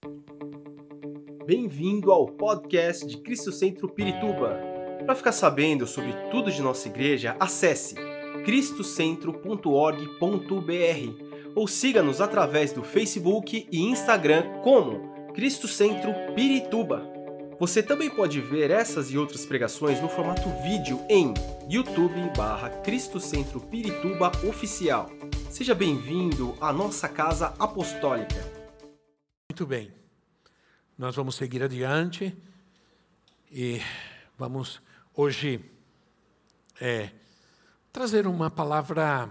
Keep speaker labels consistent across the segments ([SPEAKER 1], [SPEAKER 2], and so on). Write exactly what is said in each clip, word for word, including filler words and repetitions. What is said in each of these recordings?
[SPEAKER 1] Bem-vindo ao podcast de Cristo Centro Pirituba. Para ficar sabendo sobre tudo de nossa igreja, acesse cristocentro ponto org ponto br ou siga-nos através do Facebook e Instagram como Cristo Centro Pirituba. Você também pode ver essas e outras pregações no formato vídeo em YouTube barra Cristo Centro Pirituba Oficial. Seja bem-vindo à nossa casa apostólica.
[SPEAKER 2] Muito bem, nós vamos seguir adiante e vamos hoje é, trazer uma palavra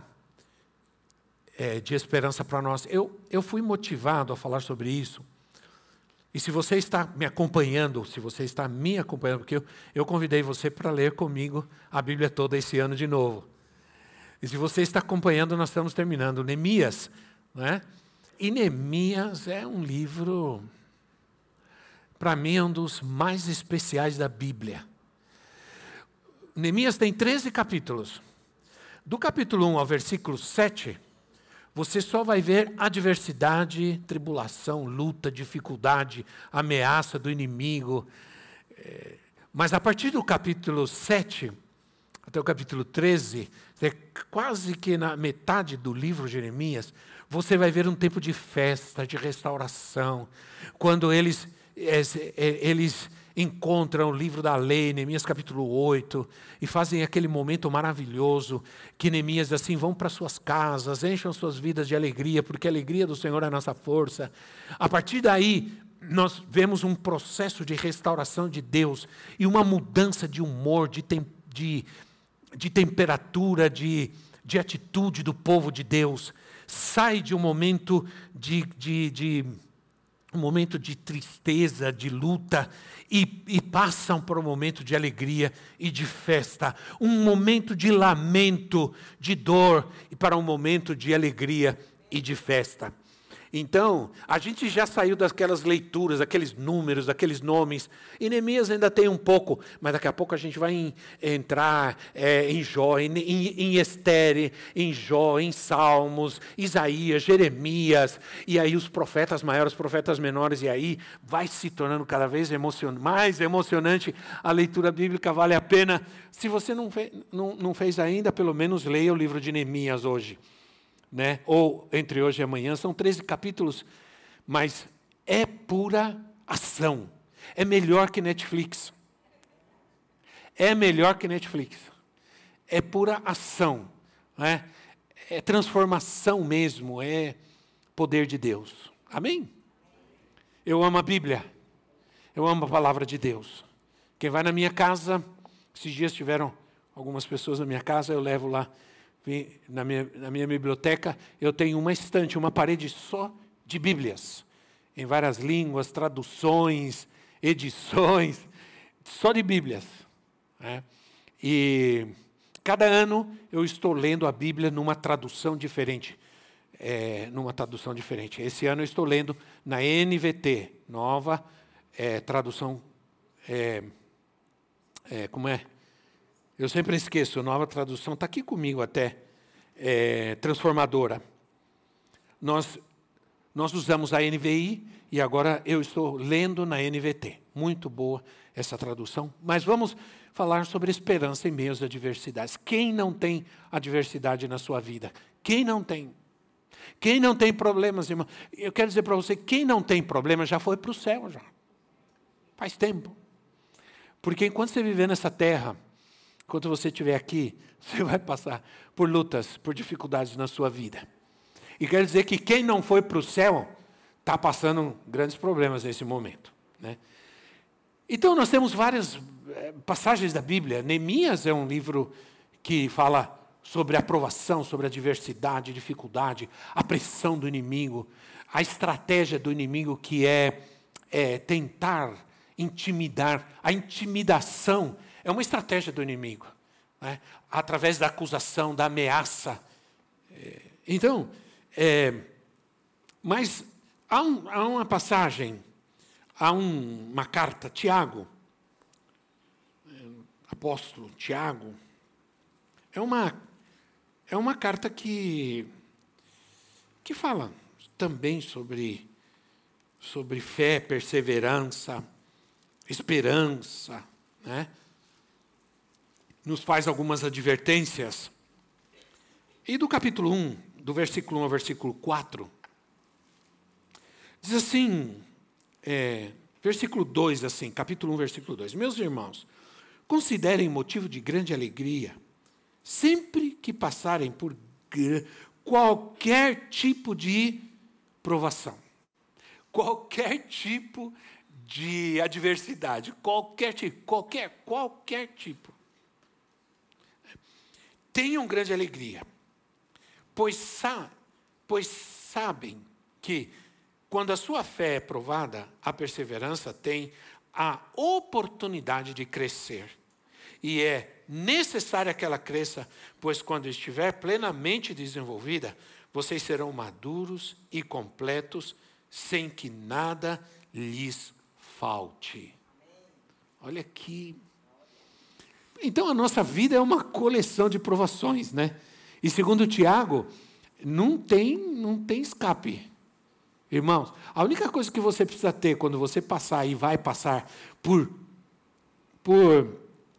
[SPEAKER 2] é, de esperança para nós. Eu, eu fui motivado a falar sobre isso. E se você está me acompanhando, se você está me acompanhando, porque eu, eu convidei você para ler comigo a Bíblia toda esse ano de novo. E se você está acompanhando, nós estamos terminando Neemias, né? E Neemias é um livro, para mim, é um dos mais especiais da Bíblia. Neemias tem treze capítulos. Do capítulo um ao versículo sete, você só vai ver adversidade, tribulação, luta, dificuldade, ameaça do inimigo. Mas a partir do capítulo sete até o capítulo treze, quase que na metade do livro de Neemias, você vai ver um tempo de festa, de restauração, quando eles, eles encontram o livro da lei, Neemias capítulo oito, e fazem aquele momento maravilhoso, que Neemias assim, vão para suas casas, encham suas vidas de alegria, porque a alegria do Senhor é a nossa força. A partir daí, nós vemos um processo de restauração de Deus, e uma mudança de humor, de, tem, de, de temperatura, de, de atitude do povo de Deus. Sai de um momento de, de, de um momento de tristeza, de luta, e, e passam para um momento de alegria e de festa. Um momento de lamento, de dor, e para um momento de alegria e de festa. Então, a gente já saiu daquelas leituras, aqueles números, aqueles nomes, e Neemias ainda tem um pouco, mas daqui a pouco a gente vai em, entrar é, em Jó, em, em, em Estere, em Jó, em Salmos, Isaías, Jeremias, e aí os profetas maiores, os profetas menores, e aí vai se tornando cada vez emocion, mais emocionante a leitura bíblica, vale a pena. Se você não fez, não, não fez ainda, pelo menos leia o livro de Neemias hoje. Né? Ou entre hoje e amanhã, são treze capítulos, mas é pura ação. É melhor que Netflix. É melhor que Netflix. É pura ação. Né? É transformação mesmo, é poder de Deus. Amém? Eu amo a Bíblia. Eu amo a palavra de Deus. Quem vai na minha casa, esses dias tiveram algumas pessoas na minha casa, eu levo lá. Na minha, na minha biblioteca, eu tenho uma estante, uma parede só de Bíblias, em várias línguas, traduções, edições, só de Bíblias. Né? E cada ano eu estou lendo a Bíblia numa tradução diferente. É, numa tradução diferente. Esse ano eu estou lendo na N V T, nova é, tradução, é, é, como é? Eu sempre esqueço, a nova tradução está aqui comigo até, é, transformadora. Nós, nós usamos a N V I e agora eu estou lendo na N V T. Muito boa essa tradução. Mas vamos falar sobre esperança em meio às adversidades. Quem não tem adversidade na sua vida? Quem não tem? Quem não tem problemas, irmão? Eu quero dizer para você, quem não tem problema já foi para o céu, já. Faz tempo. Porque enquanto você viver nessa terra, enquanto você estiver aqui, você vai passar por lutas, por dificuldades na sua vida. E quer dizer que quem não foi para o céu, está passando grandes problemas nesse momento. Né? Então, nós temos várias é, passagens da Bíblia. Neemias é um livro que fala sobre a provação, sobre a adversidade, dificuldade, a pressão do inimigo, a estratégia do inimigo que é, é tentar intimidar, a intimidação. É uma estratégia do inimigo, né? Através da acusação, da ameaça. Então, é, mas há, um, há uma passagem, há um, uma carta, Tiago, apóstolo Tiago, é uma, é uma carta que, que fala também sobre, sobre fé, perseverança, esperança, né? Nos faz algumas advertências. E do capítulo um, do versículo um ao versículo quatro, diz assim, é, versículo dois, assim, capítulo um, versículo dois. Meus irmãos, considerem motivo de grande alegria, sempre que passarem por qualquer tipo de provação, qualquer tipo de adversidade, qualquer tipo, qualquer, qualquer tipo. Tenham grande alegria, pois, sa pois sabem que, quando a sua fé é provada, a perseverança tem a oportunidade de crescer. E é necessária que ela cresça, pois quando estiver plenamente desenvolvida, vocês serão maduros e completos, sem que nada lhes falte. Olha aqui. Então a nossa vida é uma coleção de provações, né? E segundo Tiago, não tem, não tem escape. Irmãos, a única coisa que você precisa ter quando você passar e vai passar por, por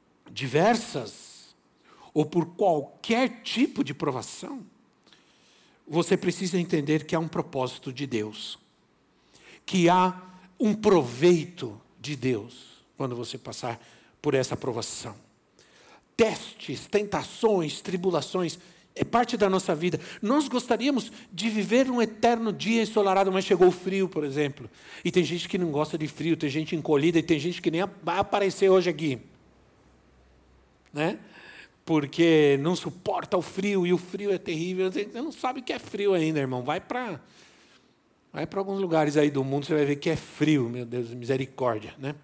[SPEAKER 2] diversas ou por qualquer tipo de provação, você precisa entender que há um propósito de Deus, que há um proveito de Deus quando você passar por essa provação. Testes, tentações, tribulações, é parte da nossa vida. Nós gostaríamos de viver um eterno dia ensolarado, mas chegou o frio, por exemplo. E tem gente que não gosta de frio, tem gente encolhida, e tem gente que nem vai aparecer hoje aqui. Né? Porque não suporta o frio, e o frio é terrível. Você não sabe o que é frio ainda, irmão. Vai para vai para alguns lugares aí do mundo, você vai ver que é frio, meu Deus, misericórdia. Né?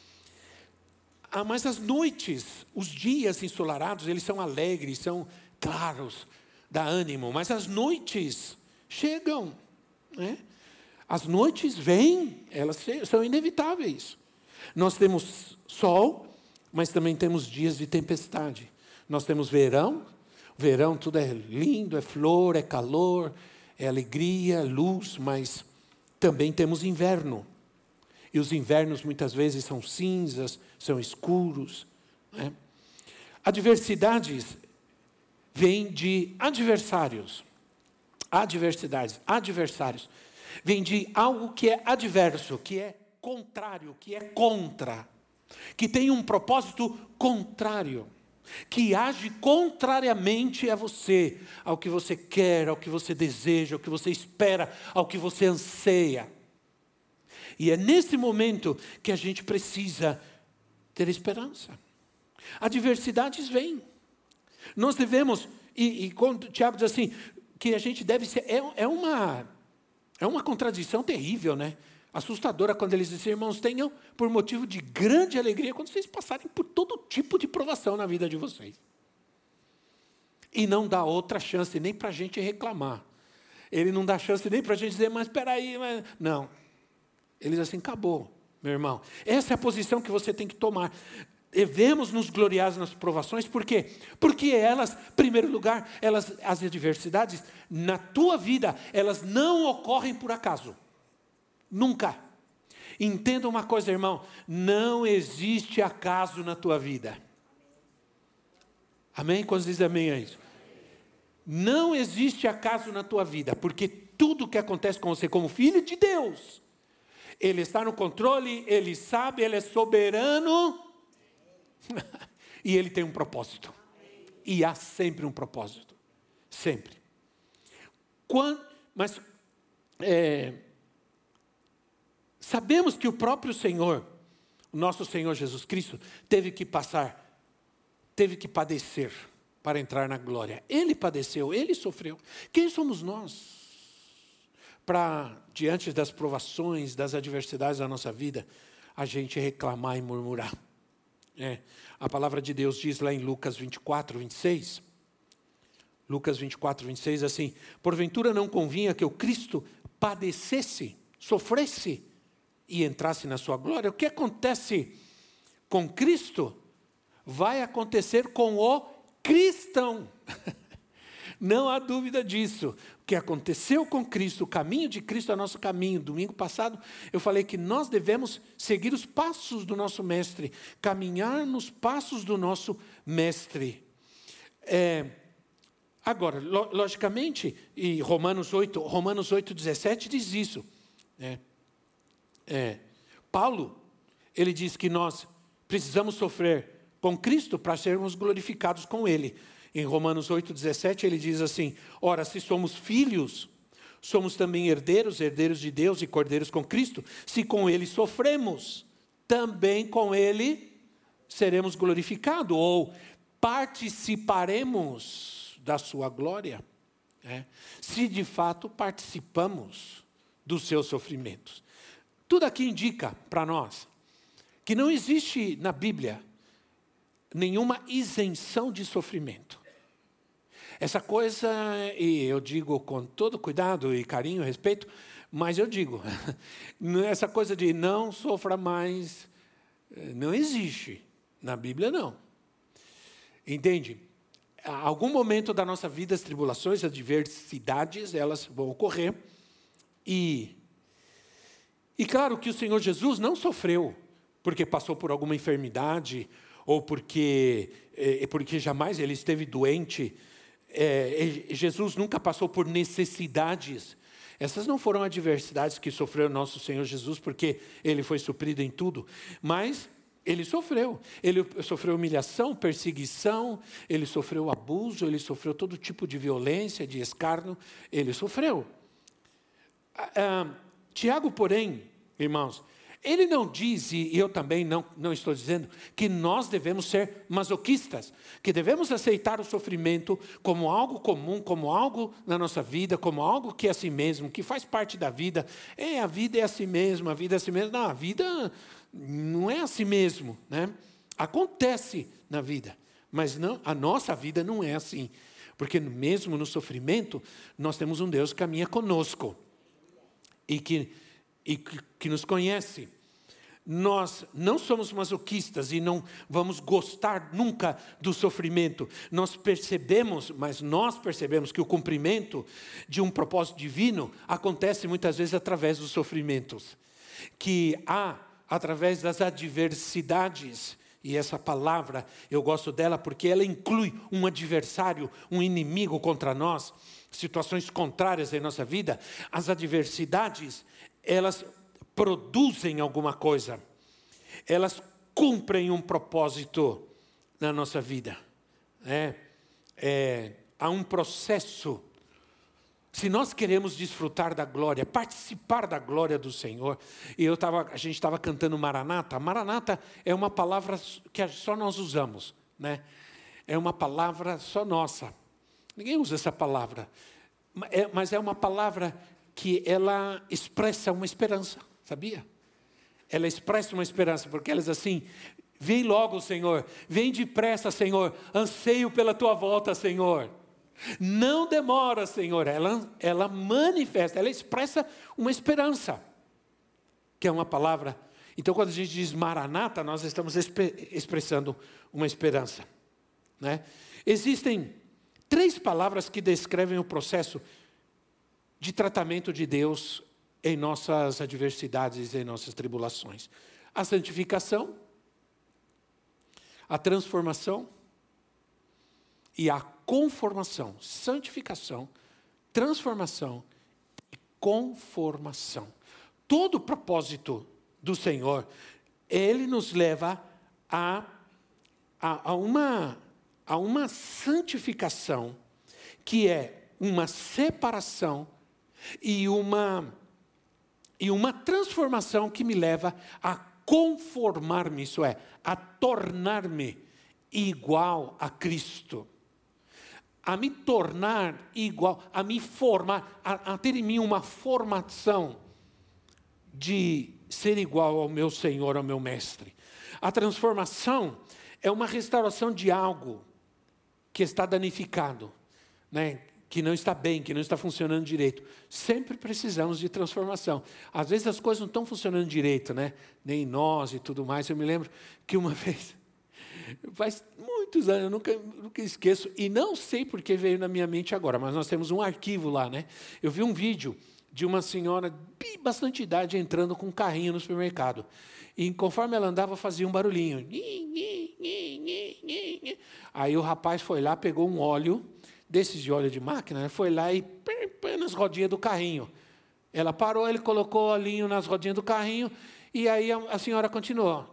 [SPEAKER 2] Ah, mas as noites, os dias ensolarados, eles são alegres, são claros, dá ânimo, mas as noites chegam, né? As noites vêm, elas são inevitáveis. Nós temos sol, mas também temos dias de tempestade. Nós temos verão, verão tudo é lindo, é flor, é calor, é alegria, luz, mas também temos inverno. E os invernos muitas vezes são cinzas, são escuros. Né? Adversidades vêm de adversários. Adversidades, adversários. Vêm de algo que é adverso, que é contrário, que é contra. Que tem um propósito contrário. Que age contrariamente a você, ao que você quer, ao que você deseja, ao que você espera, ao que você anseia. E é nesse momento que a gente precisa ter esperança. Adversidades vêm. Nós devemos, e, e quando o Tiago diz assim, que a gente deve ser, é, é, uma, é uma contradição terrível, né? Assustadora quando eles dizem, irmãos, tenham por motivo de grande alegria quando vocês passarem por todo tipo de provação na vida de vocês. E não dá outra chance nem para a gente reclamar. Ele não dá chance nem para a gente dizer, mas espera aí, mas... não. Ele diz assim, acabou, meu irmão. Essa é a posição que você tem que tomar. Devemos nos gloriar nas provações, por quê? Porque elas, em primeiro lugar, elas, as adversidades, na tua vida, elas não ocorrem por acaso. Nunca. Entenda uma coisa, irmão, não existe acaso na tua vida. Amém? Quando diz amém a isso? Não existe acaso na tua vida, porque tudo que acontece com você como filho de Deus, Ele está no controle, Ele sabe, Ele é soberano, e Ele tem um propósito. E há sempre um propósito. Sempre. Quando, mas, é, sabemos que o próprio Senhor, o nosso Senhor Jesus Cristo, teve que passar, teve que padecer para entrar na glória. Ele padeceu, Ele sofreu. Quem somos nós para, diante das provações, das adversidades da nossa vida, a gente reclamar e murmurar? É, a palavra de Deus diz lá em Lucas vinte e quatro, vinte e seis, Lucas vinte e quatro, vinte e seis, assim, porventura não convinha que o Cristo padecesse, sofresse e entrasse na sua glória? O que acontece com Cristo vai acontecer com o cristão. Não há dúvida disso. O que aconteceu com Cristo, o caminho de Cristo é nosso caminho. Domingo passado eu falei que nós devemos seguir os passos do nosso mestre, caminhar nos passos do nosso mestre. É, agora, lo, logicamente, e Romanos oito, Romanos oito, dezessete diz isso. É, é, Paulo, ele diz que nós precisamos sofrer com Cristo para sermos glorificados com Ele. Em Romanos oito, dezessete, ele diz assim: ora, se somos filhos, somos também herdeiros, herdeiros de Deus e cordeiros com Cristo. Se com Ele sofremos, também com Ele seremos glorificados, ou participaremos da sua glória. É. Se de fato participamos dos seus sofrimentos. Tudo aqui indica para nós que não existe na Bíblia nenhuma isenção de sofrimento. Essa coisa, e eu digo com todo cuidado e carinho e respeito, mas eu digo, essa coisa de não sofra mais, não existe. Na Bíblia, não. Entende? Em algum momento da nossa vida, as tribulações, as adversidades, elas vão ocorrer. E, e claro que o Senhor Jesus não sofreu porque passou por alguma enfermidade, ou porque, é, porque jamais ele esteve doente. É, Jesus nunca passou por necessidades. Essas não foram adversidades que sofreu nosso Senhor Jesus, porque Ele foi suprido em tudo. Mas Ele sofreu. Ele sofreu humilhação, perseguição, Ele sofreu abuso, Ele sofreu todo tipo de violência, de escárnio. Ele sofreu. Ah, ah, Tiago, porém, irmãos, ele não diz, e eu também não, não estou dizendo, que nós devemos ser masoquistas, que devemos aceitar o sofrimento como algo comum, como algo na nossa vida, como algo que é assim mesmo, que faz parte da vida. É, a vida é assim mesmo, a vida é assim mesmo. Não, a vida não é assim mesmo, né? Acontece na vida, mas não, a nossa vida não é assim. Porque mesmo no sofrimento, nós temos um Deus que caminha conosco e que... e que, que nos conhece. Nós não somos masoquistas e não vamos gostar nunca do sofrimento. Nós percebemos, mas nós percebemos que o cumprimento de um propósito divino acontece muitas vezes através dos sofrimentos. Que há, através das adversidades, e essa palavra, eu gosto dela porque ela inclui um adversário, um inimigo contra nós, situações contrárias em nossa vida. As adversidades, elas produzem alguma coisa, elas cumprem um propósito na nossa vida. É, é, há um processo. Se nós queremos desfrutar da glória, participar da glória do Senhor, e eu tava, a gente estava cantando Maranata. Maranata é uma palavra que só nós usamos, né? É uma palavra só nossa. Ninguém usa essa palavra, é, mas é uma palavra que ela expressa uma esperança, sabia? Ela expressa uma esperança, porque ela diz assim: vem logo, Senhor, vem depressa, Senhor, anseio pela tua volta, Senhor. Não demora, Senhor. Ela, ela manifesta, ela expressa uma esperança, que é uma palavra. Então, quando a gente diz Maranata, nós estamos exp- expressando uma esperança, né? Existem três palavras que descrevem o processo de tratamento de Deus em nossas adversidades, em nossas tribulações: a santificação, a transformação e a conformação. Santificação, transformação e conformação. Todo o propósito do Senhor, Ele nos leva a, a, a, uma, a uma santificação, que é uma separação e uma, e uma transformação que me leva a conformar-me, isso é, a tornar-me igual a Cristo. A me tornar igual, a me formar, a, a ter em mim uma formação de ser igual ao meu Senhor, ao meu Mestre. A transformação é uma restauração de algo que está danificado, né? Que não está bem, que não está funcionando direito. Sempre precisamos de transformação. Às vezes as coisas não estão funcionando direito, né? Nem nós e tudo mais. Eu me lembro que uma vez, faz muito muitos anos, eu nunca, nunca esqueço, e não sei porque veio na minha mente agora, mas nós temos um arquivo lá, né? Eu vi um vídeo de uma senhora de bastante idade entrando com um carrinho no supermercado. E conforme ela andava, fazia um barulhinho. Aí o rapaz foi lá, pegou um óleo, desses de óleo de máquina, né? Foi lá e põe nas rodinhas do carrinho. Ela parou, ele colocou o olhinho nas rodinhas do carrinho, e aí a, a senhora continuou.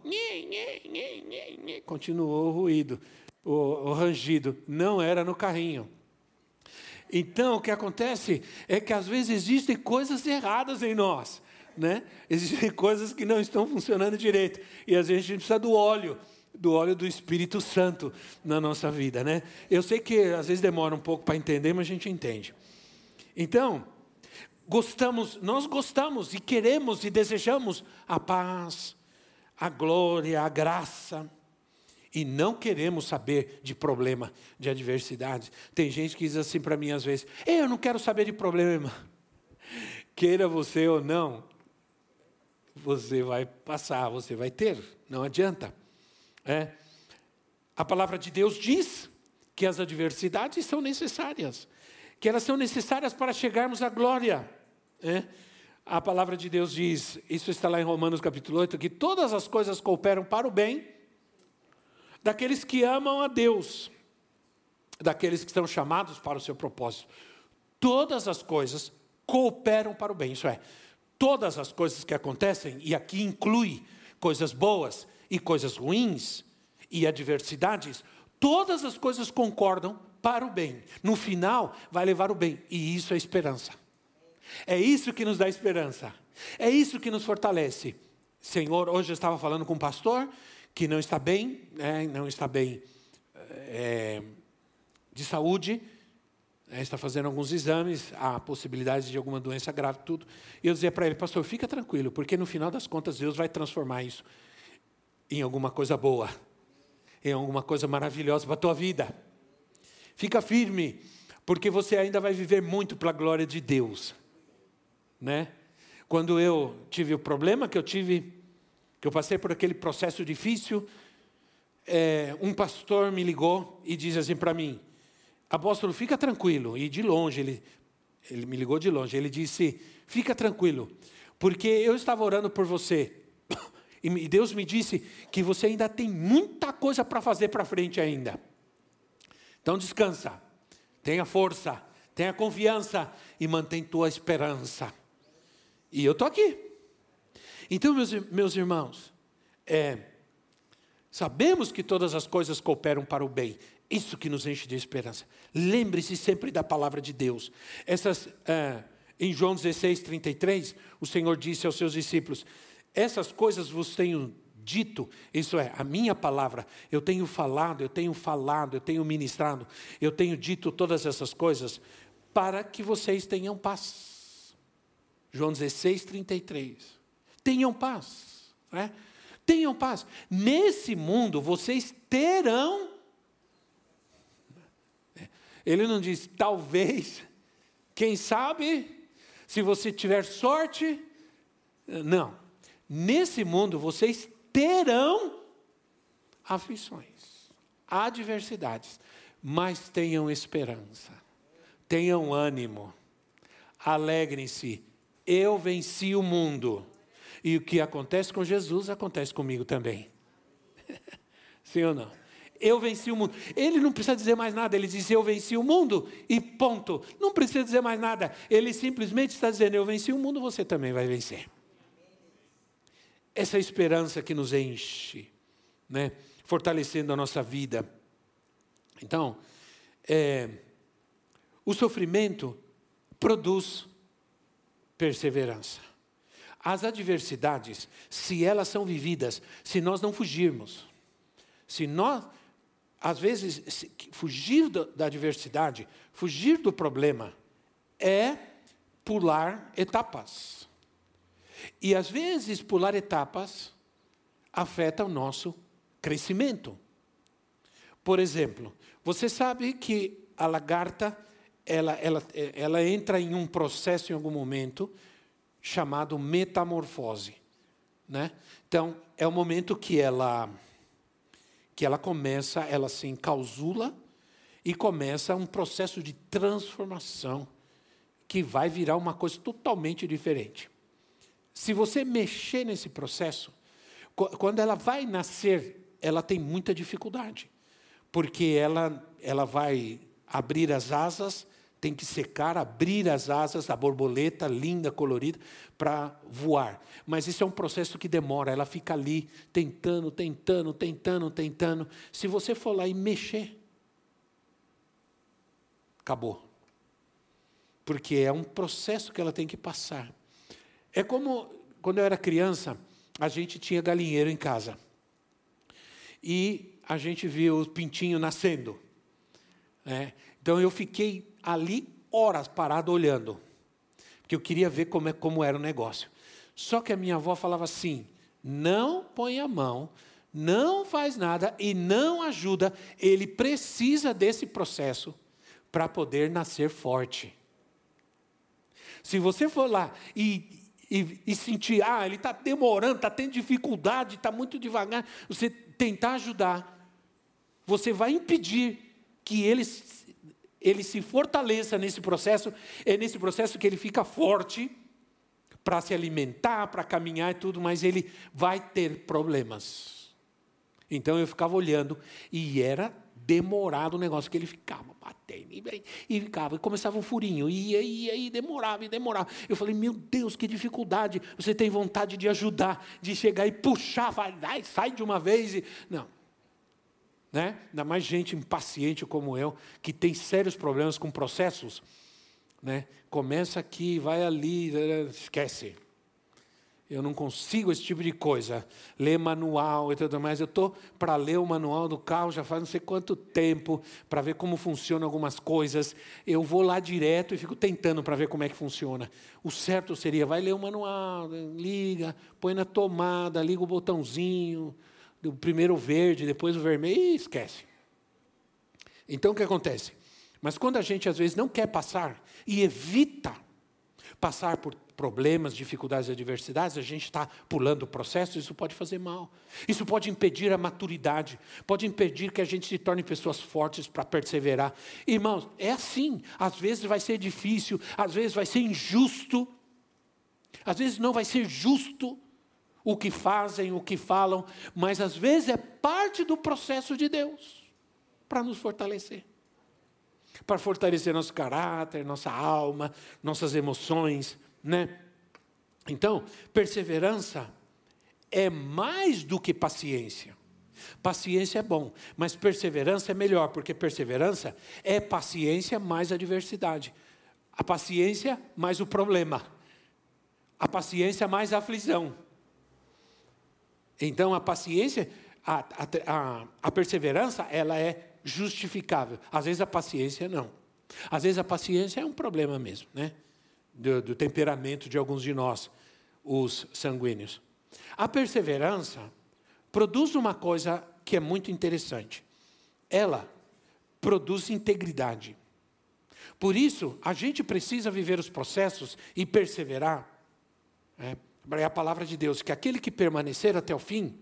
[SPEAKER 2] Continuou o ruído, o, o rangido. Não era no carrinho. Então, o que acontece é que, às vezes, existem coisas erradas em nós, né? Existem coisas que não estão funcionando direito. E, às vezes, a gente precisa do óleo, do óleo do Espírito Santo na nossa vida, né? Eu sei que, às vezes, demora um pouco para entender, mas a gente entende. Então, gostamos, nós gostamos e queremos e desejamos a paz, a glória, a graça. E não queremos saber de problema, de adversidade. Tem gente que diz assim para mim às vezes, eu não quero saber de problema. Queira você ou não, você vai passar, você vai ter, não adianta. É. A palavra de Deus diz que as adversidades são necessárias, que elas são necessárias para chegarmos à glória. É. A palavra de Deus diz, isso está lá em Romanos capítulo oito, que todas as coisas cooperam para o bem daqueles que amam a Deus, daqueles que são chamados para o seu propósito. Todas as coisas cooperam para o bem, isso é, todas as coisas que acontecem, e aqui inclui coisas boas e coisas ruins, e adversidades, todas as coisas concordam para o bem. No final, vai levar o bem, e isso é esperança. É isso que nos dá esperança, é isso que nos fortalece. Senhor, hoje eu estava falando com um pastor, que não está bem, né, não está bem é, de saúde, é, está fazendo alguns exames, há possibilidade de alguma doença grave, tudo. E eu dizia para ele, pastor, fica tranquilo, porque no final das contas Deus vai transformar isso em alguma coisa boa, em alguma coisa maravilhosa para a tua vida. Fica firme, porque você ainda vai viver muito para a glória de Deus. Né? Quando eu tive o problema que eu tive, que eu passei por aquele processo difícil, é, um pastor me ligou e disse assim para mim, apóstolo, fica tranquilo. E de longe, ele, ele me ligou de longe, ele disse, fica tranquilo, porque eu estava orando por você, e Deus me disse que você ainda tem muita coisa para fazer para frente ainda. Então descansa, tenha força, tenha confiança e mantém tua esperança. E eu estou aqui. Então, meus, meus irmãos, é, sabemos que todas as coisas cooperam para o bem. Isso que nos enche de esperança. Lembre-se sempre da palavra de Deus. Essas, é, em João dezesseis, trinta e três, o Senhor disse aos seus discípulos, essas coisas vos tenho dito, isso é, a minha palavra, eu tenho falado, eu tenho falado, eu tenho ministrado, eu tenho dito todas essas coisas, para que vocês tenham paz. João dezesseis, trinta e três. Tenham paz, né? Tenham paz. Nesse mundo vocês terão. Ele não diz talvez, quem sabe, se você tiver sorte. Não. Nesse mundo vocês terão aflições, adversidades, mas tenham esperança, tenham ânimo, alegrem-se. Eu venci o mundo. E o que acontece com Jesus, acontece comigo também. Sim ou não? Eu venci o mundo. Ele não precisa dizer mais nada. Ele diz, eu venci o mundo e ponto. Não precisa dizer mais nada. Ele simplesmente está dizendo, eu venci o mundo, você também vai vencer. Essa esperança que nos enche, né? Fortalecendo a nossa vida. Então, é, o sofrimento produz perseverança. As adversidades, se elas são vividas, se nós não fugirmos, se nós, às vezes, se, fugir do, da adversidade, fugir do problema, é pular etapas. E às vezes pular etapas afeta o nosso crescimento. Por exemplo, você sabe que a lagarta, ela, ela, ela entra em um processo em algum momento chamado metamorfose, né? Então, é o momento que ela, que ela começa, ela se enclausula e começa um processo de transformação que vai virar uma coisa totalmente diferente. Se você mexer nesse processo, quando ela vai nascer, ela tem muita dificuldade, porque ela, ela vai abrir as asas, tem que secar, abrir as asas, a borboleta linda, colorida, para voar. Mas isso é um processo que demora, ela fica ali tentando, tentando, tentando, tentando. Se você for lá e mexer, acabou. Porque é um processo que ela tem que passar. É como, quando eu era criança, a gente tinha galinheiro em casa. E a gente viu o pintinho nascendo. Né? Então eu fiquei ali horas parado olhando. Porque eu queria ver como, é, como era o negócio. Só que a minha avó falava assim, não põe a mão, não faz nada e não ajuda. Ele precisa desse processo para poder nascer forte. Se você for lá e, e, e sentir, ah, ele está demorando, está tendo dificuldade, está muito devagar, você tentar ajudar, você vai impedir que ele, ele se fortaleça nesse processo, é nesse processo que ele fica forte para se alimentar, para caminhar e tudo, mas ele vai ter problemas. Então eu ficava olhando e era demorado o negócio, que ele ficava batendo, e, e ficava, e começava um furinho, e ia, ia, e demorava, e demorava. Eu falei, meu Deus, que dificuldade, você tem vontade de ajudar, de chegar e puxar, vai, vai, sai de uma vez, e... não. Né? Ainda mais gente impaciente como eu, que tem sérios problemas com processos, né? Começa aqui, vai ali, esquece. Eu não consigo esse tipo de coisa, ler manual e tudo mais. Eu estou para ler o manual do carro já faz não sei quanto tempo, para ver como funcionam algumas coisas. Eu vou lá direto e fico tentando para ver como é que funciona. O certo seria, vai ler o manual, liga, põe na tomada, liga o botãozinho, o primeiro verde, depois o vermelho, e esquece. Então o que acontece? Mas quando a gente às vezes não quer passar e evita passar por problemas, dificuldades e adversidades, a gente está pulando o processo, isso pode fazer mal. Isso pode impedir a maturidade, pode impedir que a gente se torne pessoas fortes para perseverar. Irmãos, é assim, às vezes vai ser difícil, às vezes vai ser injusto, às vezes não vai ser justo o que fazem, o que falam, mas às vezes é parte do processo de Deus para nos fortalecer. Para fortalecer nosso caráter, nossa alma, nossas emoções, né? Então, perseverança é mais do que paciência. Paciência é bom, mas perseverança é melhor, porque perseverança é paciência mais adversidade. A paciência mais o problema. A paciência mais a aflição. Então, a paciência, a, a, a, a perseverança, ela é justificável. Às vezes a paciência não. Às vezes a paciência é um problema mesmo, né? Do, do temperamento de alguns de nós, os sanguíneos. A perseverança produz uma coisa que é muito interessante. Ela produz integridade. Por isso, a gente precisa viver os processos e perseverar. É, é a palavra de Deus, que aquele que permanecer até o fim,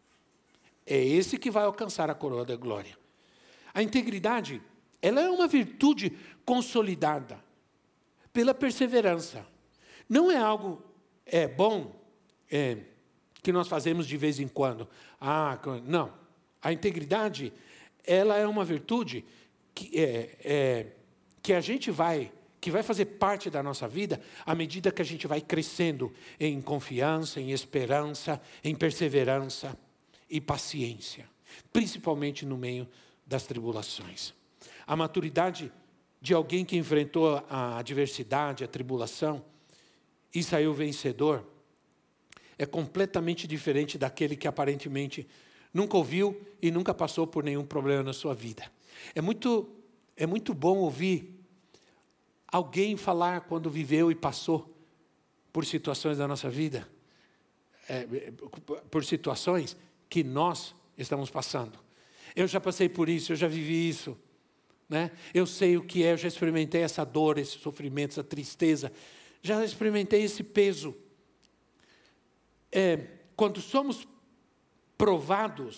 [SPEAKER 2] é esse que vai alcançar a coroa da glória. A integridade, ela é uma virtude consolidada pela perseverança. Não é algo é, bom é, que nós fazemos de vez em quando. Ah, não. A integridade, ela é uma virtude que, é, é, que a gente vai, que vai fazer parte da nossa vida à medida que a gente vai crescendo em confiança, em esperança, em perseverança e paciência, principalmente no meio das tribulações. A maturidade de alguém que enfrentou a adversidade, a tribulação e saiu vencedor é completamente diferente daquele que aparentemente nunca ouviu e nunca passou por nenhum problema na sua vida. É muito, é muito bom ouvir alguém falar quando viveu e passou por situações da nossa vida, é, por situações que nós estamos passando. Eu já passei por isso, eu já vivi isso, né? Eu sei o que é, eu já experimentei essa dor, esse sofrimento, essa tristeza, já experimentei esse peso. É, quando somos provados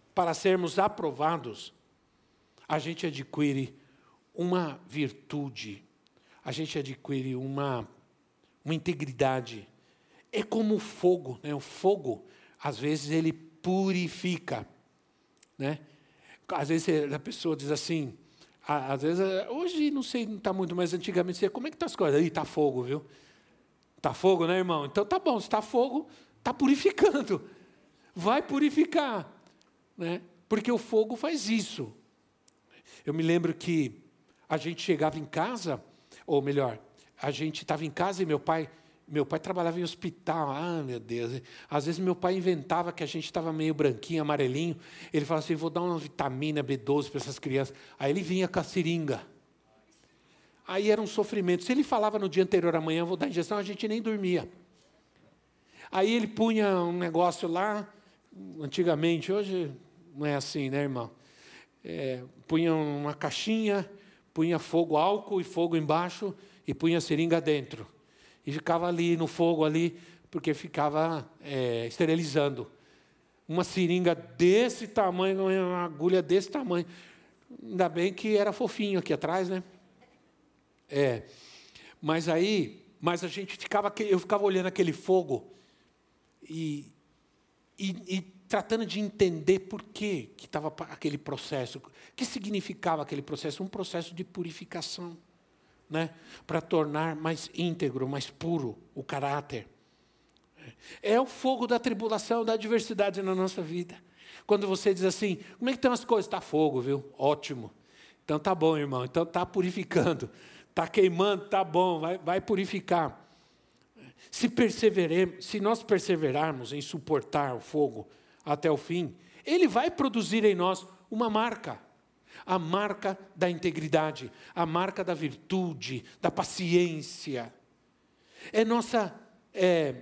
[SPEAKER 2] para sermos aprovados, a gente adquire uma virtude, a gente adquire uma, uma integridade. É como o fogo, né? O fogo, às vezes, ele purifica, né? Às vezes a pessoa diz assim, às vezes, hoje não sei, não está muito, mas antigamente, você, como é que está as coisas? Aí está fogo, viu? Está fogo, né, irmão? Então tá bom, se está fogo, está purificando. Vai purificar, né? Porque o fogo faz isso. Eu me lembro que a gente chegava em casa, ou melhor, a gente estava em casa e meu pai, meu pai trabalhava em hospital. Ah, meu Deus. Às vezes meu pai inventava que a gente estava meio branquinho, amarelinho. Ele falava assim, vou dar uma vitamina B doze para essas crianças. Aí ele vinha com a seringa. Aí era um sofrimento. Se ele falava no dia anterior, amanhã vou dar injeção, a gente nem dormia. Aí ele punha um negócio lá, antigamente, hoje não é assim, né, irmão? É, punha uma caixinha, punha fogo, álcool e fogo embaixo, e punha a seringa dentro. E ficava ali no fogo, ali, porque ficava é, esterilizando. Uma seringa desse tamanho, uma agulha desse tamanho. Ainda bem que era fofinho aqui atrás, né? É. Mas aí, mas a gente ficava, eu ficava olhando aquele fogo e, e, e tratando de entender por que que estava aquele processo, o que significava aquele processo, um processo de purificação, né? Para tornar mais íntegro, mais puro o caráter. É o fogo da tribulação, da adversidade na nossa vida. Quando você diz assim, como é que estão as coisas? Está fogo, viu? Ótimo. Então tá bom, irmão. Então está purificando. Está queimando, está bom, vai, vai purificar. Se, perseveremos, se nós perseverarmos em suportar o fogo até o fim, ele vai produzir em nós uma marca. A marca da integridade, a marca da virtude, da paciência. É nossa, é,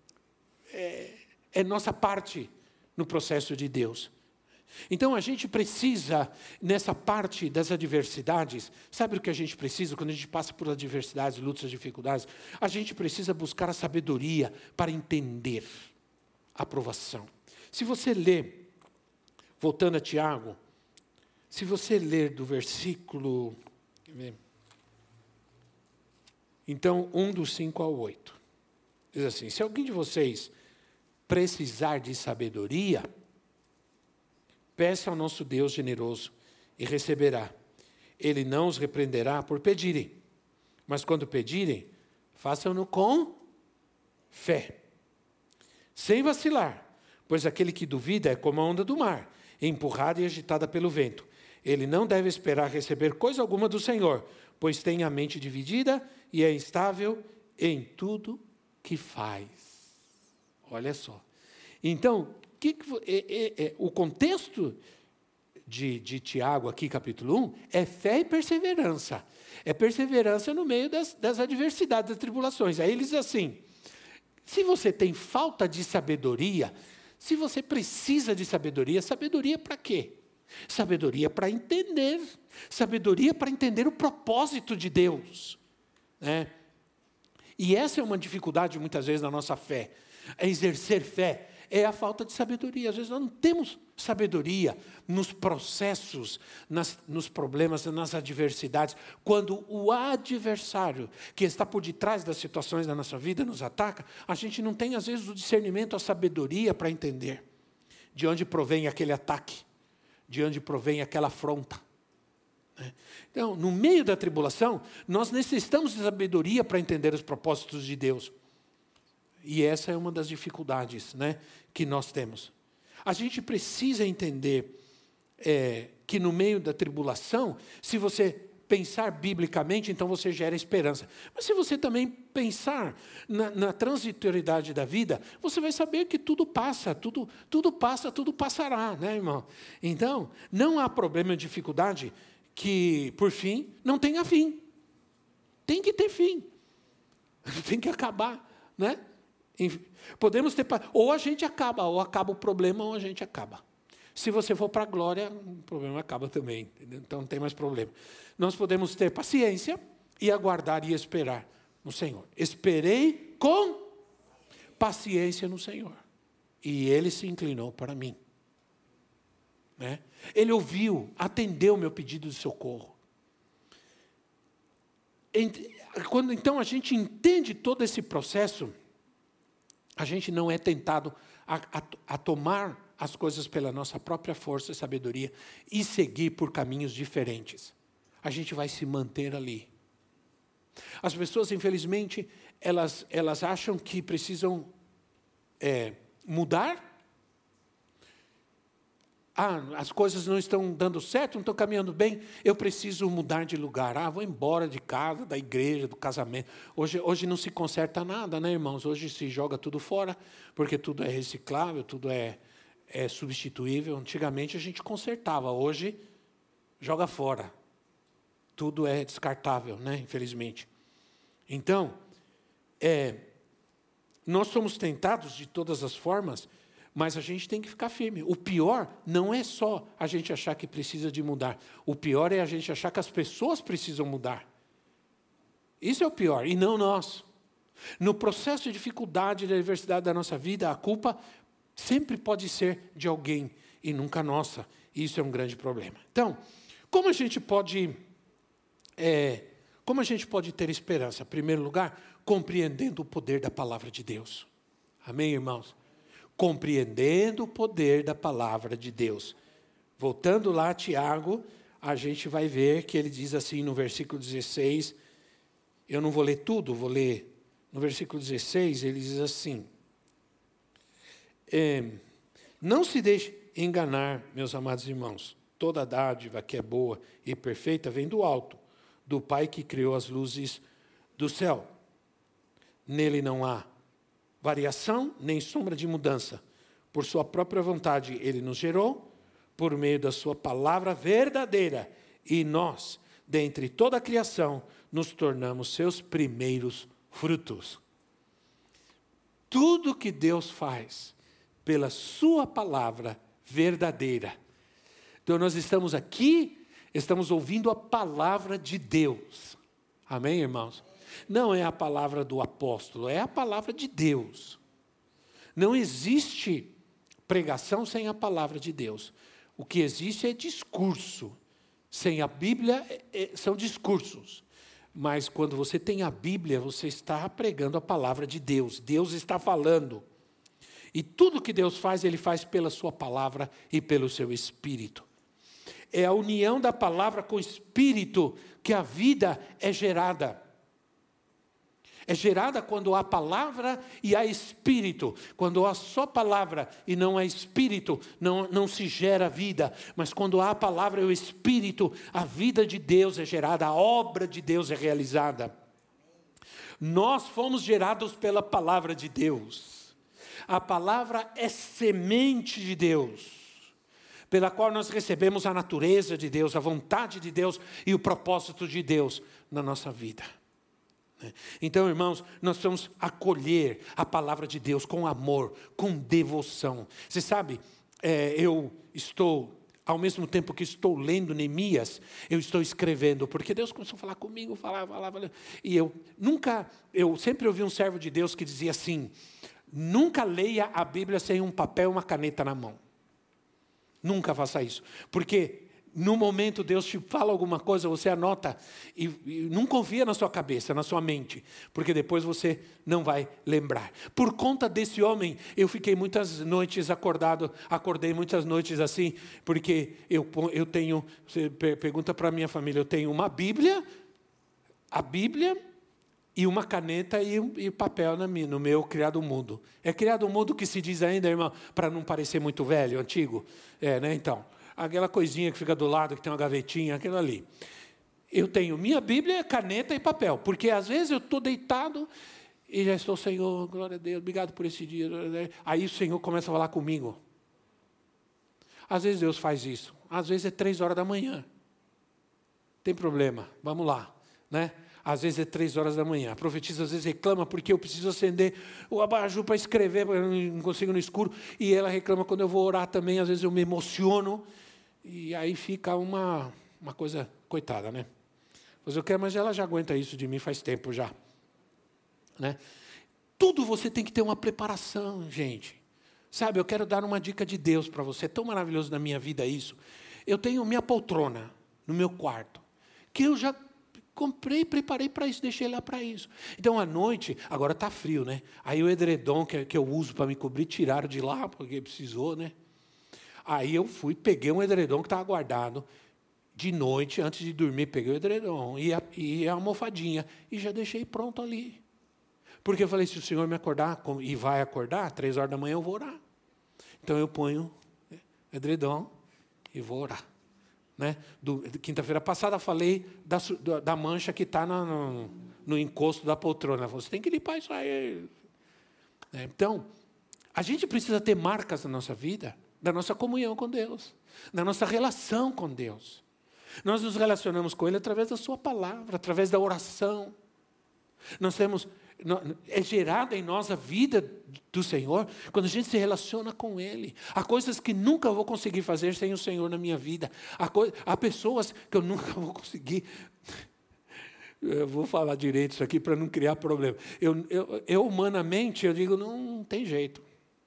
[SPEAKER 2] é, é nossa parte no processo de Deus. Então, a gente precisa, nessa parte das adversidades, sabe o que a gente precisa quando a gente passa por adversidades, lutas, dificuldades? A gente precisa buscar a sabedoria para entender a aprovação. Se você ler, voltando a Tiago, se você ler do versículo, quer ver? Então, um do cinco ao oito, diz assim, se alguém de vocês precisar de sabedoria, peça ao nosso Deus generoso e receberá. Ele não os repreenderá por pedirem, mas quando pedirem, façam-no com fé, sem vacilar, pois aquele que duvida é como a onda do mar, empurrada e agitada pelo vento. Ele não deve esperar receber coisa alguma do Senhor, pois tem a mente dividida e é instável em tudo que faz. Olha só. Então, que que, é, é, é, o contexto de, de Tiago, aqui, capítulo um, é fé e perseverança. É perseverança no meio das, das adversidades, das tribulações. Aí ele diz assim, se você tem falta de sabedoria, se você precisa de sabedoria, sabedoria para quê? Sabedoria para entender. Sabedoria para entender o propósito de Deus. Né? E essa é uma dificuldade, muitas vezes, na nossa fé. É exercer fé. É a falta de sabedoria. Às vezes nós não temos sabedoria nos processos, nas, nos problemas, nas adversidades. Quando o adversário, que está por detrás das situações da nossa vida, nos ataca, a gente não tem, às vezes, o discernimento, a sabedoria para entender de onde provém aquele ataque, de onde provém aquela afronta. Então, no meio da tribulação, nós necessitamos de sabedoria para entender os propósitos de Deus. E essa é uma das dificuldades, né, que nós temos. A gente precisa entender é, que no meio da tribulação, se você pensar biblicamente, então você gera esperança. Mas se você também pensar na, na transitoriedade da vida, você vai saber que tudo passa, tudo, tudo passa, tudo passará, né, irmão? Então, não há problema, dificuldade que, por fim, não tenha fim. Tem que ter fim. Tem que acabar, né? Podemos ter, ou a gente acaba, ou acaba o problema, ou a gente acaba. Se você for para a glória, o problema acaba também, entendeu? Então não tem mais problema. Nós podemos ter paciência e aguardar e esperar no Senhor. Esperei com paciência no Senhor, e Ele se inclinou para mim. né? Ele ouviu, atendeu o meu pedido de socorro. Quando então a gente entende todo esse processo, a gente não é tentado a, a, a tomar as coisas pela nossa própria força e sabedoria e seguir por caminhos diferentes. A gente vai se manter ali. As pessoas, infelizmente, elas, elas acham que precisam é, mudar. Ah, as coisas não estão dando certo, não estão caminhando bem, eu preciso mudar de lugar. Ah, vou embora de casa, da igreja, do casamento. Hoje, hoje não se conserta nada, né, irmãos? Hoje se joga tudo fora, porque tudo é reciclável, tudo é, é substituível. Antigamente a gente consertava, hoje joga fora. Tudo é descartável, né, infelizmente. Então, é, nós somos tentados de todas as formas, mas a gente tem que ficar firme. O pior não é só a gente achar que precisa de mudar. O pior é a gente achar que as pessoas precisam mudar. Isso é o pior, e não nós. No processo de dificuldade e da adversidade da nossa vida, a culpa sempre pode ser de alguém e nunca nossa. Isso é um grande problema. Então, como a gente pode, é, como a gente pode ter esperança? Em primeiro lugar, compreendendo o poder da palavra de Deus. Amém, irmãos? Compreendendo o poder da palavra de Deus. Voltando lá a Tiago, a gente vai ver que ele diz assim no versículo dezesseis, eu não vou ler tudo, vou ler no versículo dezesseis, ele diz assim, é, não se deixe enganar, meus amados irmãos, toda dádiva que é boa e perfeita vem do alto, do Pai que criou as luzes do céu. Nele não há variação, nem sombra de mudança. Por sua própria vontade, ele nos gerou, por meio da sua palavra verdadeira. E nós, dentre toda a criação, nos tornamos seus primeiros frutos. Tudo que Deus faz, pela sua palavra verdadeira. Então, nós estamos aqui, estamos ouvindo a palavra de Deus. Amém, irmãos? Não é a palavra do apóstolo, é a palavra de Deus. Não existe pregação sem a palavra de Deus. O que existe é discurso. Sem a Bíblia, é, são discursos. Mas quando você tem a Bíblia, você está pregando a palavra de Deus. Deus está falando. E tudo que Deus faz, Ele faz pela sua palavra e pelo seu Espírito. É a união da palavra com o Espírito que a vida é gerada. É gerada quando há palavra e há espírito. Quando há só palavra e não há espírito, não, não se gera vida. Mas quando há palavra e o espírito, a vida de Deus é gerada, a obra de Deus é realizada. Nós fomos gerados pela palavra de Deus. A palavra é semente de Deus, pela qual nós recebemos a natureza de Deus, a vontade de Deus e o propósito de Deus na nossa vida. Então, irmãos, nós vamos acolher a palavra de Deus com amor, com devoção. Você sabe, é, eu estou, ao mesmo tempo que estou lendo Neemias, eu estou escrevendo, porque Deus começou a falar comigo, falar, falar, falar. E eu nunca, eu sempre ouvi um servo de Deus que dizia assim, nunca leia a Bíblia sem um papel e uma caneta na mão. Nunca faça isso, porque no momento Deus te fala alguma coisa, você anota e, e não confia na sua cabeça, na sua mente, porque depois você não vai lembrar. Por conta desse homem, eu fiquei muitas noites acordado, acordei muitas noites assim, porque eu, eu tenho, você pergunta para a minha família, eu tenho uma Bíblia, a Bíblia e uma caneta e, e papel na minha, no meu criado mudo. É criado mudo que se diz ainda, irmão, para não parecer muito velho, antigo? É, né, então... Aquela coisinha que fica do lado, que tem uma gavetinha, aquilo ali. Eu tenho minha Bíblia, caneta e papel. Porque às vezes eu estou deitado e já estou, Senhor, glória a Deus, obrigado por esse dia. Aí o Senhor começa a falar comigo. Às vezes Deus faz isso. Às vezes é três horas da manhã. Tem problema, vamos lá, né? Às vezes é três horas da manhã. A profetisa às vezes reclama porque eu preciso acender o abajur para escrever, porque eu não consigo no escuro. E ela reclama quando eu vou orar também, às vezes eu me emociono. E aí fica uma, uma coisa, coitada, né? Mas eu quero, mas ela já aguenta isso de mim faz tempo já. Né? Tudo você tem que ter uma preparação, gente. Sabe, eu quero dar uma dica de Deus para você. É tão maravilhoso na minha vida isso. Eu tenho minha poltrona no meu quarto, que eu já comprei, preparei para isso, deixei lá para isso. Então, à noite, agora está frio, né? Aí o edredom que, que eu uso para me cobrir, tiraram de lá, porque precisou, né? Aí eu fui, peguei um edredom que estava guardado. De noite, antes de dormir, peguei o edredom e a, e a almofadinha. E já deixei pronto ali. Porque eu falei, se o Senhor me acordar, e vai acordar, três horas da manhã eu vou orar. Então eu ponho edredom e vou orar. Né? Do, quinta-feira passada falei da, da mancha que está no, no, no encosto da poltrona. Você tem que limpar isso aí. É, então, a gente precisa ter marcas na nossa vida, da nossa comunhão com Deus, da nossa relação com Deus. Nós nos relacionamos com Ele através da sua palavra, através da oração. Nós temos... É gerada em nós a vida do Senhor quando a gente se relaciona com Ele. Há coisas que nunca vou conseguir fazer sem o Senhor na minha vida. Há, co... Há pessoas que eu nunca vou conseguir. Eu vou falar direito isso aqui para não criar problema. Eu, eu, eu, humanamente, eu digo, não, não tem jeito.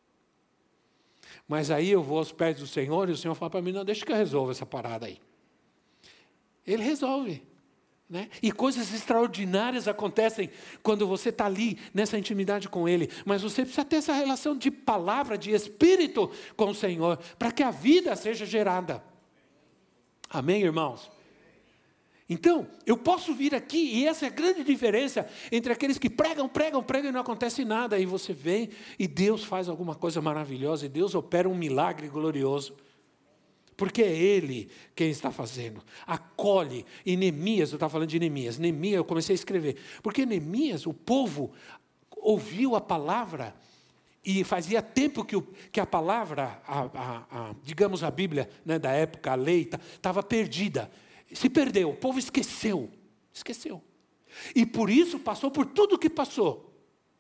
[SPEAKER 2] Mas aí eu vou aos pés do Senhor e o Senhor fala para mim, não, deixa que eu resolva essa parada aí. Ele resolve. Né? E coisas extraordinárias acontecem quando você está ali, nessa intimidade com Ele. Mas você precisa ter essa relação de palavra, de espírito com o Senhor, para que a vida seja gerada. Amém, irmãos? Então, eu posso vir aqui, e essa é a grande diferença entre aqueles que pregam, pregam, pregam e não acontece nada. E você vem e Deus faz alguma coisa maravilhosa, e Deus opera um milagre glorioso. Porque é Ele quem está fazendo. Acolhe. E Neemias, eu estava falando de Neemias. Neemias, eu comecei a escrever. Porque Neemias, o povo ouviu a palavra e fazia tempo que, o, que a palavra, a, a, a, digamos a Bíblia, né, da época, a lei, estava perdida. Se perdeu, o povo esqueceu. Esqueceu. E por isso passou por tudo o que passou.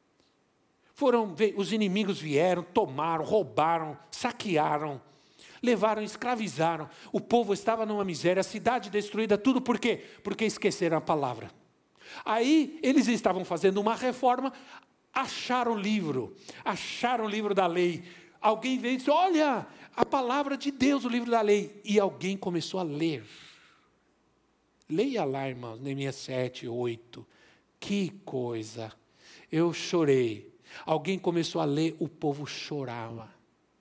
[SPEAKER 2] Foram, os inimigos vieram, tomaram, roubaram, saquearam. Levaram, escravizaram. O povo estava numa miséria, a cidade destruída, tudo por quê? Porque esqueceram a palavra. Aí eles estavam fazendo uma reforma, acharam o livro, acharam o livro da lei. Alguém veio e disse, olha, a palavra de Deus, o livro da lei. E alguém começou a ler. Leia lá, irmãos, Neemias sete, oito. Que coisa. Eu chorei. Alguém começou a ler, o povo chorava.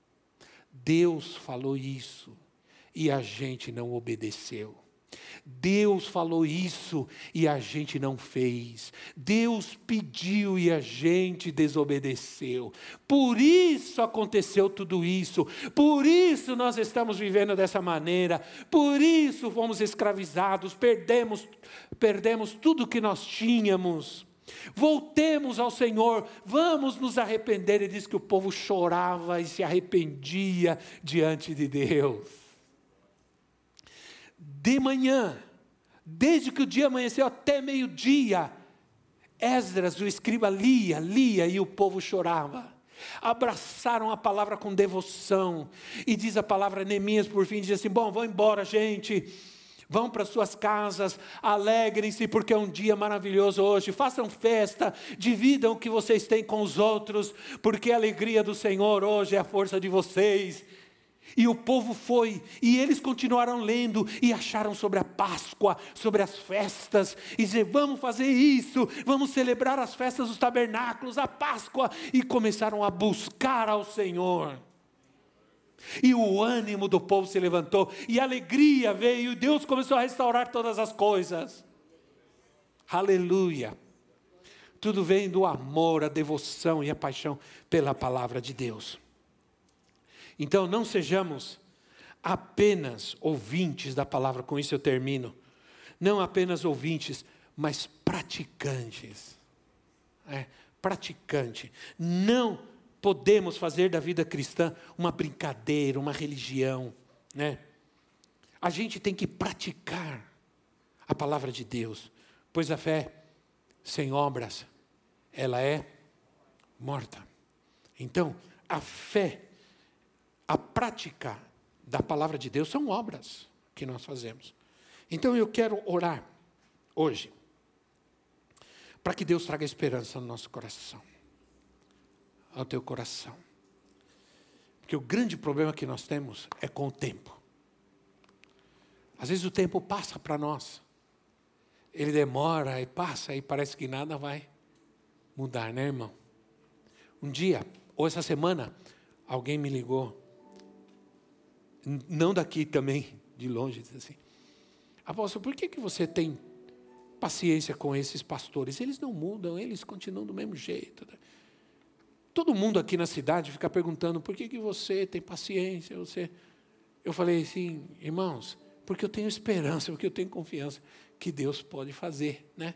[SPEAKER 2] Deus falou isso e a gente não obedeceu. Deus falou isso e a gente não fez. Deus pediu e a gente desobedeceu. Por isso aconteceu tudo isso. Por isso nós estamos vivendo dessa maneira. Por isso fomos escravizados, perdemos, perdemos tudo que nós tínhamos. Voltemos ao Senhor, vamos nos arrepender. Ele diz que o povo chorava e se arrependia diante de Deus. De manhã, desde que o dia amanheceu até meio-dia, Esdras, o escriba, lia, lia e o povo chorava. Abraçaram a palavra com devoção. E diz a palavra, Neemias por fim, diz assim, bom, vão embora gente. Vão para suas casas, alegrem-se porque é um dia maravilhoso hoje, façam festa, dividam o que vocês têm com os outros, porque a alegria do Senhor hoje é a força de vocês. E o povo foi, e eles continuaram lendo, e acharam sobre a Páscoa, sobre as festas, e dizer, vamos fazer isso, vamos celebrar as festas dos tabernáculos, a Páscoa, e começaram a buscar ao Senhor. E o ânimo do povo se levantou, e a alegria veio, e Deus começou a restaurar todas as coisas. Aleluia. Tudo vem do amor, a devoção e a paixão pela palavra de Deus. Então não sejamos apenas ouvintes da palavra, com isso eu termino. Não apenas ouvintes, mas praticantes. É, praticante. Não podemos fazer da vida cristã uma brincadeira, uma religião, né? A gente tem que praticar a palavra de Deus, pois a fé sem obras, ela é morta. Então, a fé, a prática da palavra de Deus são obras que nós fazemos. Então eu quero orar hoje, para que Deus traga esperança no nosso coração. Ao teu coração. Porque o grande problema que nós temos é com o tempo. Às vezes o tempo passa para nós. Ele demora e passa e parece que nada vai mudar, né, irmão? Um dia, ou essa semana, alguém me ligou. Não daqui também, de longe, disse assim: apóstolo, por que, que você tem paciência com esses pastores? Eles não mudam, eles continuam do mesmo jeito. Todo mundo aqui na cidade fica perguntando: por que, que você tem paciência? Você... Eu falei assim: irmãos, porque eu tenho esperança, porque eu tenho confiança que Deus pode fazer, né?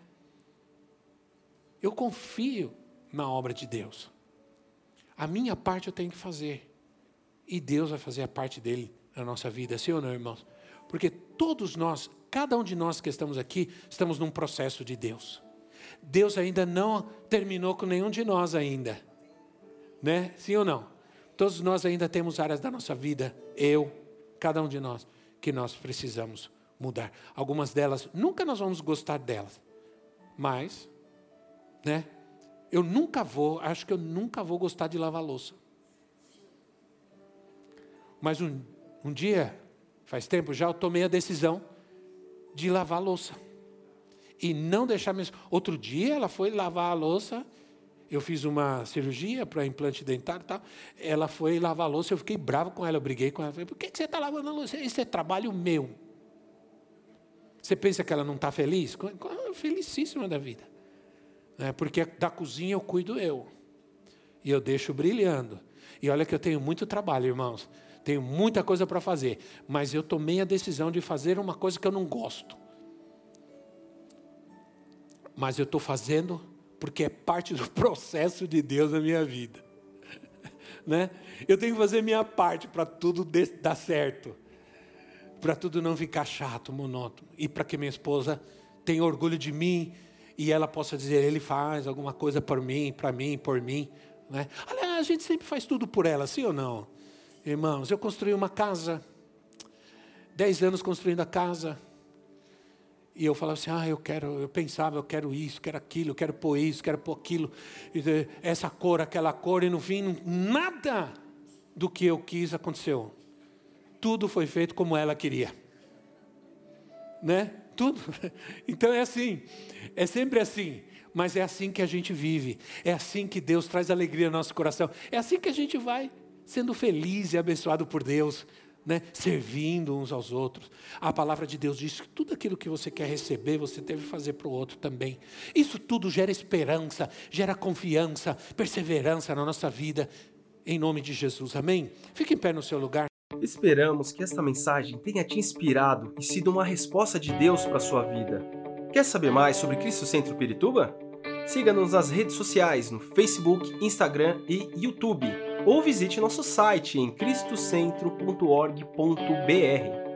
[SPEAKER 2] Eu confio na obra de Deus. A minha parte eu tenho que fazer. E Deus vai fazer a parte dele na nossa vida, sim ou não, irmãos? Porque todos nós, cada um de nós que estamos aqui, estamos num processo de Deus. Deus ainda não terminou com nenhum de nós ainda. Né? Sim ou não? Todos nós ainda temos áreas da nossa vida, eu, cada um de nós, que nós precisamos mudar. Algumas delas, nunca nós vamos gostar delas. Mas, né? Eu nunca vou, acho que eu nunca vou gostar de lavar louça. Mas um, um dia, faz tempo já, eu tomei a decisão de lavar a louça. E não deixar mesmo. Outro dia ela foi lavar a louça, eu fiz uma cirurgia para implante dentário e tal. Ela foi lavar a louça, eu fiquei bravo com ela, eu briguei com ela. Falei: por que você está lavando a louça? Isso é trabalho meu. Você pensa que ela não está feliz? Felicíssima da vida. É, porque da cozinha eu cuido eu. E eu deixo brilhando. E olha que eu tenho muito trabalho, irmãos. Tenho muita coisa para fazer. Mas eu tomei a decisão de fazer uma coisa que eu não gosto. Mas eu estou fazendo porque é parte do processo de Deus na minha vida. Né? Eu tenho que fazer minha parte para tudo dar certo. Para tudo não ficar chato, monótono. E para que minha esposa tenha orgulho de mim e ela possa dizer: ele faz alguma coisa por mim, para mim, por mim. Né? Aliás, a gente sempre faz tudo por ela, sim ou não? Irmãos, eu construí uma casa, dez anos construindo a casa, e eu falava assim: ah, eu quero, eu pensava, eu quero isso, quero aquilo, eu quero pôr isso, quero pôr aquilo, essa cor, aquela cor, e no fim, nada do que eu quis aconteceu. Tudo foi feito como ela queria. Né? Tudo. Então é assim, é sempre assim. Mas é assim que a gente vive. É assim que Deus traz alegria no nosso coração. É assim que a gente vai sendo feliz e abençoado por Deus, né? Servindo uns aos outros. A palavra de Deus diz que tudo aquilo que você quer receber, você deve fazer para o outro também. Isso tudo gera esperança, gera confiança, perseverança na nossa vida, em nome de Jesus, amém? Fique em pé no seu lugar.
[SPEAKER 1] Esperamos que esta mensagem tenha te inspirado e sido uma resposta de Deus para a sua vida. Quer saber mais sobre Cristo Centro Pirituba? Siga-nos nas redes sociais, no Facebook, Instagram e YouTube. Ou visite nosso site em cristo centro ponto org ponto br.